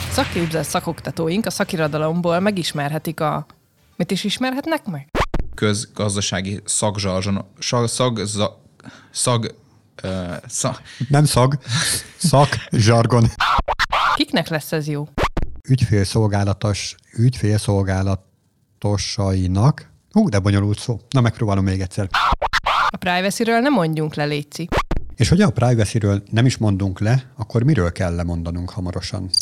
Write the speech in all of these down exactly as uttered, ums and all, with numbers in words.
Szakképzett szakoktatóink a szakirodalomból megismerhetik a... Mit is ismerhetnek meg? Közgazdasági szakzsarzson... Szag... Szag... Szag... Uh, szag... Nem szag, szakzsargon. Kiknek lesz ez jó? Ügyfélszolgálatos, ügyfélszolgálatosainak. Hú, de bonyolult szó. Na, megpróbálom még egyszer. A privacyről nem mondjunk le, léci. És hogyha a privacyről nem is mondunk le, akkor miről kell lemondanunk hamarosan?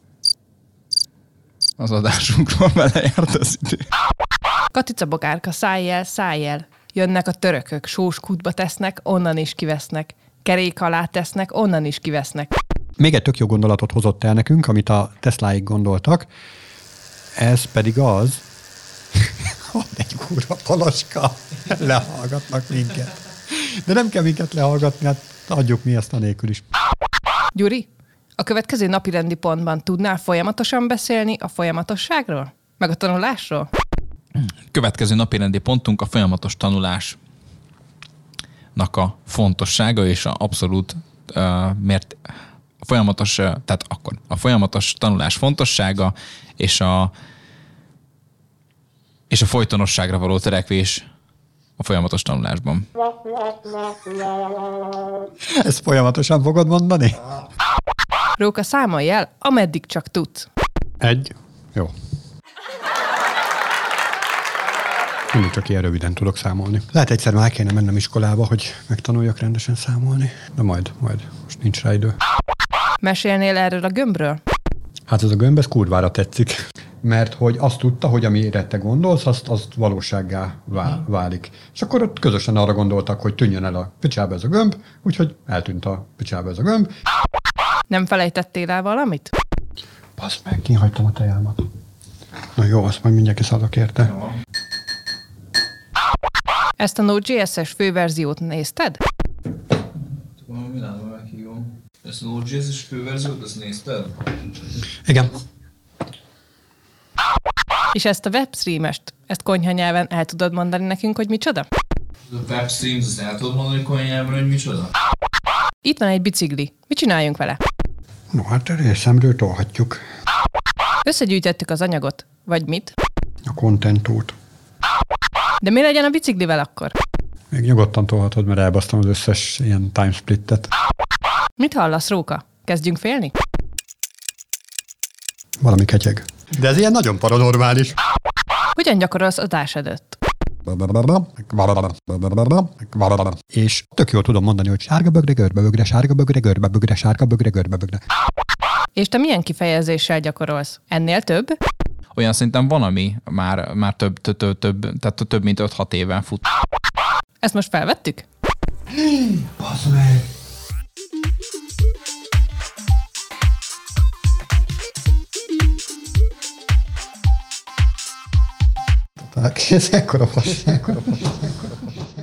Az adásunkról belejárt az idő. Katica bogárka, szállj el, szállj el. Jönnek a törökök, sós kútba tesznek, onnan is kivesznek. Kerék alá tesznek, onnan is kivesznek. Még egy tök jó gondolatot hozott el nekünk, amit a Tesláig gondoltak. Ez pedig az... Van egy kurva palaska. Lehallgatnak minket. De nem kell minket lehallgatni, hát adjuk mi ezt anélkül is. Gyuri, a következő napi rendi pontban tudnál folyamatosan beszélni a folyamatosságról? Meg a tanulásról? Következő napirendi pontunk a folyamatos tanulásnak a fontossága és a abszolút uh, mert a folyamatos, uh, tehát akkor a folyamatos tanulás fontossága és a és a folytonosságra való törekvés a folyamatos tanulásban. Ezt folyamatosan fogod mondani? Róka, számolj el, ameddig csak tudsz. Egy. Jó. Mindig csak ilyen röviden tudok számolni. Lehet egyszer már kéne mennem iskolába, hogy megtanuljak rendesen számolni. De majd, majd. Most nincs rá idő. Mesélnél erről a gömbről? Hát ez a gömb, ez kurvára tetszik. Mert hogy azt tudta, hogy amire te gondolsz, azt, azt valósággá vá- válik. És akkor ott közösen arra gondoltak, hogy tűnjön el a picsába ez a gömb, úgyhogy eltűnt a picsába ez a gömb. Nem felejtettél el valamit? Basz meg, kihagytam a tejámat. Na jó, azt majd mindjárt kiszállok érte. Jó. Ezt a Node.js-es főverziót nézted? Ezt a Node.js-es főverziót, ezt nézted? Igen. És ezt a webstream-est, ezt konyha nyelven el tudod mondani nekünk, hogy micsoda? A webstreams, ezt el tudod mondani konyha nyelven, hogy micsoda? Itt van egy bicikli. Mit csináljunk vele? No, hát részemről tolhatjuk. Összegyűjtettük az anyagot. Vagy mit? A kontentót. De mi legyen a biciklivel akkor? Még nyugodtan tolhatod, mert elbasztam az összes ilyen timesplittet. Mit hallasz, Róka? Kezdjünk félni? Valami ketyeg. De ez ilyen nagyon paranormális. Hogyan gyakorolsz adás előtt? És tök jól tudom mondani, hogy sárga bögre, görbe bögre, sárga bögre, görbe bögre, sárga bögre, görbe bögre. És te milyen kifejezéssel gyakorolsz? Ennél több? Olyan szinten van, ami már, már több, több, több, több, tehát több mint öt-hat éven fut. Ezt most felvettük? Basz meg! Ez ekkora fasz, ekkora fasz, ekkora fasz.